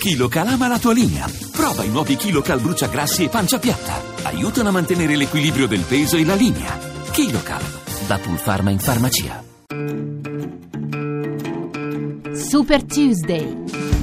KiloCal ama la tua linea. Prova i nuovi KiloCal bruciagrassi e pancia piatta. Aiutano a mantenere l'equilibrio del peso e la linea. KiloCal, da Pulpharma in farmacia. Super Tuesday.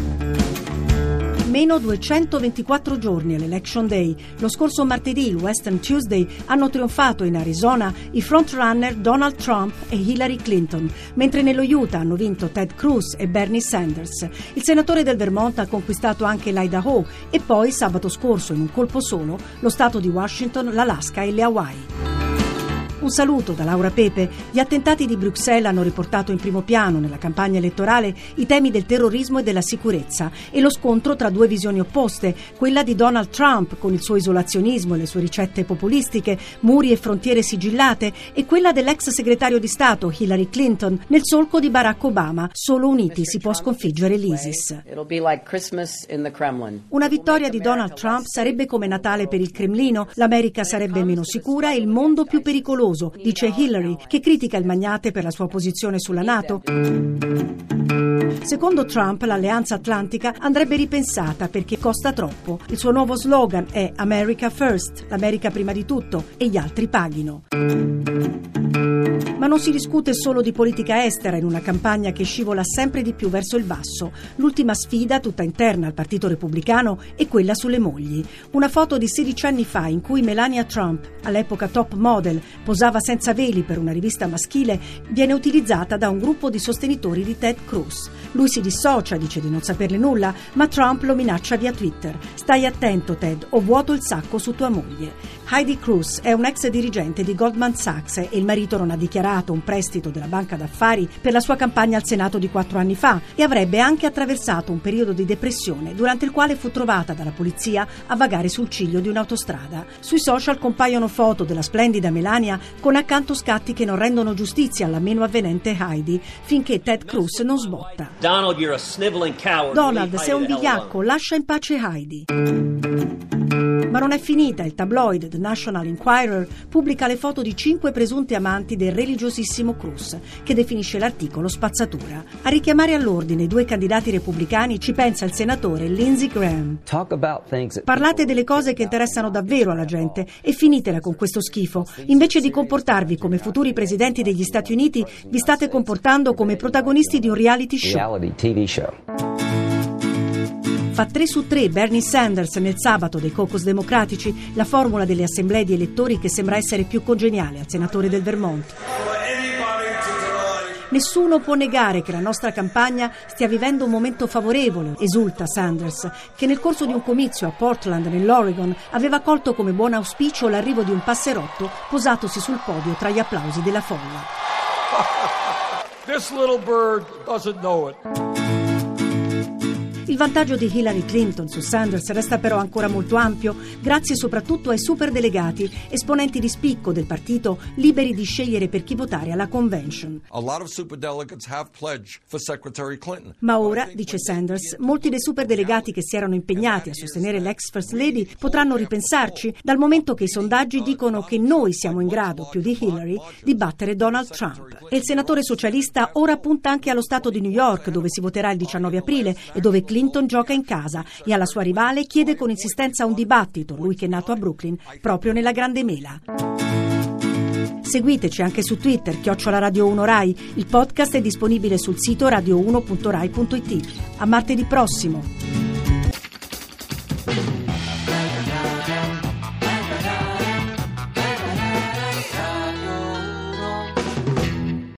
Meno 224 giorni all'Election Day. Lo scorso martedì, il Western Tuesday, hanno trionfato in Arizona i frontrunner Donald Trump e Hillary Clinton, mentre nello Utah hanno vinto Ted Cruz e Bernie Sanders. Il senatore del Vermont ha conquistato anche l'Idaho e poi, sabato scorso, in un colpo solo, lo stato di Washington, l'Alaska e le Hawaii. Un saluto da Laura Pepe. Gli attentati di Bruxelles hanno riportato in primo piano nella campagna elettorale i temi del terrorismo e della sicurezza e lo scontro tra due visioni opposte, quella di Donald Trump con il suo isolazionismo e le sue ricette populistiche, muri e frontiere sigillate, e quella dell'ex segretario di Stato Hillary Clinton nel solco di Barack Obama. Solo uniti si può sconfiggere l'ISIS. Una vittoria di Donald Trump sarebbe come Natale per il Cremlino, l'America sarebbe meno sicura e il mondo più pericoloso, dice Hillary, che critica il magnate per la sua posizione sulla NATO. Secondo Trump, l'alleanza atlantica andrebbe ripensata perché costa troppo. Il suo nuovo slogan è America First, l'America prima di tutto, e gli altri paghino. Ma non si discute solo di politica estera in una campagna che scivola sempre di più verso il basso. L'ultima sfida, tutta interna al Partito Repubblicano, è quella sulle mogli. Una foto di 16 anni fa in cui Melania Trump, all'epoca top model, posava senza veli per una rivista maschile, viene utilizzata da un gruppo di sostenitori di Ted Cruz. Lui si dissocia, dice di non saperne nulla, ma Trump lo minaccia via Twitter. Stai attento, Ted, o vuoto il sacco su tua moglie. Heidi Cruz è un ex dirigente di Goldman Sachs e il marito non ha dichiarato un prestito della banca d'affari per la sua campagna al Senato di 4 anni fa e avrebbe anche attraversato un periodo di depressione durante il quale fu trovata dalla polizia a vagare sul ciglio di un'autostrada. Sui social compaiono foto della splendida Melania con accanto scatti che non rendono giustizia alla meno avvenente Heidi, finché Ted Cruz non sbotta. Donald, sei un vigliacco, lascia in pace Heidi. Ma non è finita. Il tabloid The National Enquirer pubblica le foto di 5 presunti amanti del religiosissimo Cruz, che definisce l'articolo spazzatura. A richiamare all'ordine i 2 candidati repubblicani ci pensa il senatore Lindsey Graham. Parlate delle cose che interessano davvero alla gente e finitela con questo schifo. Invece di comportarvi come futuri presidenti degli Stati Uniti, vi state comportando come protagonisti di un reality show. Fa 3 su 3 Bernie Sanders nel sabato dei caucus democratici, la formula delle assemblee di elettori che sembra essere più congeniale al senatore del Vermont. Nessuno può negare che la nostra campagna stia vivendo un momento favorevole, esulta Sanders, che nel corso di un comizio a Portland, nell'Oregon, aveva colto come buon auspicio l'arrivo di un passerotto posatosi sul podio tra gli applausi della folla. This little bird doesn't know it. Il vantaggio di Hillary Clinton su Sanders resta però ancora molto ampio, grazie soprattutto ai superdelegati, esponenti di spicco del partito, liberi di scegliere per chi votare alla convention. Ma ora, dice Sanders, molti dei superdelegati che si erano impegnati a sostenere l'ex First Lady potranno ripensarci, dal momento che i sondaggi dicono che noi siamo in grado, più di Hillary, di battere Donald Trump. E il senatore socialista ora punta anche allo stato di New York, dove si voterà il 19 aprile e dove Clinton gioca in casa, e alla sua rivale chiede con insistenza un dibattito, lui che è nato a Brooklyn, proprio nella Grande Mela. Seguiteci anche su Twitter, @Radio1 Rai. Il podcast è disponibile sul sito radio1.rai.it. A martedì prossimo.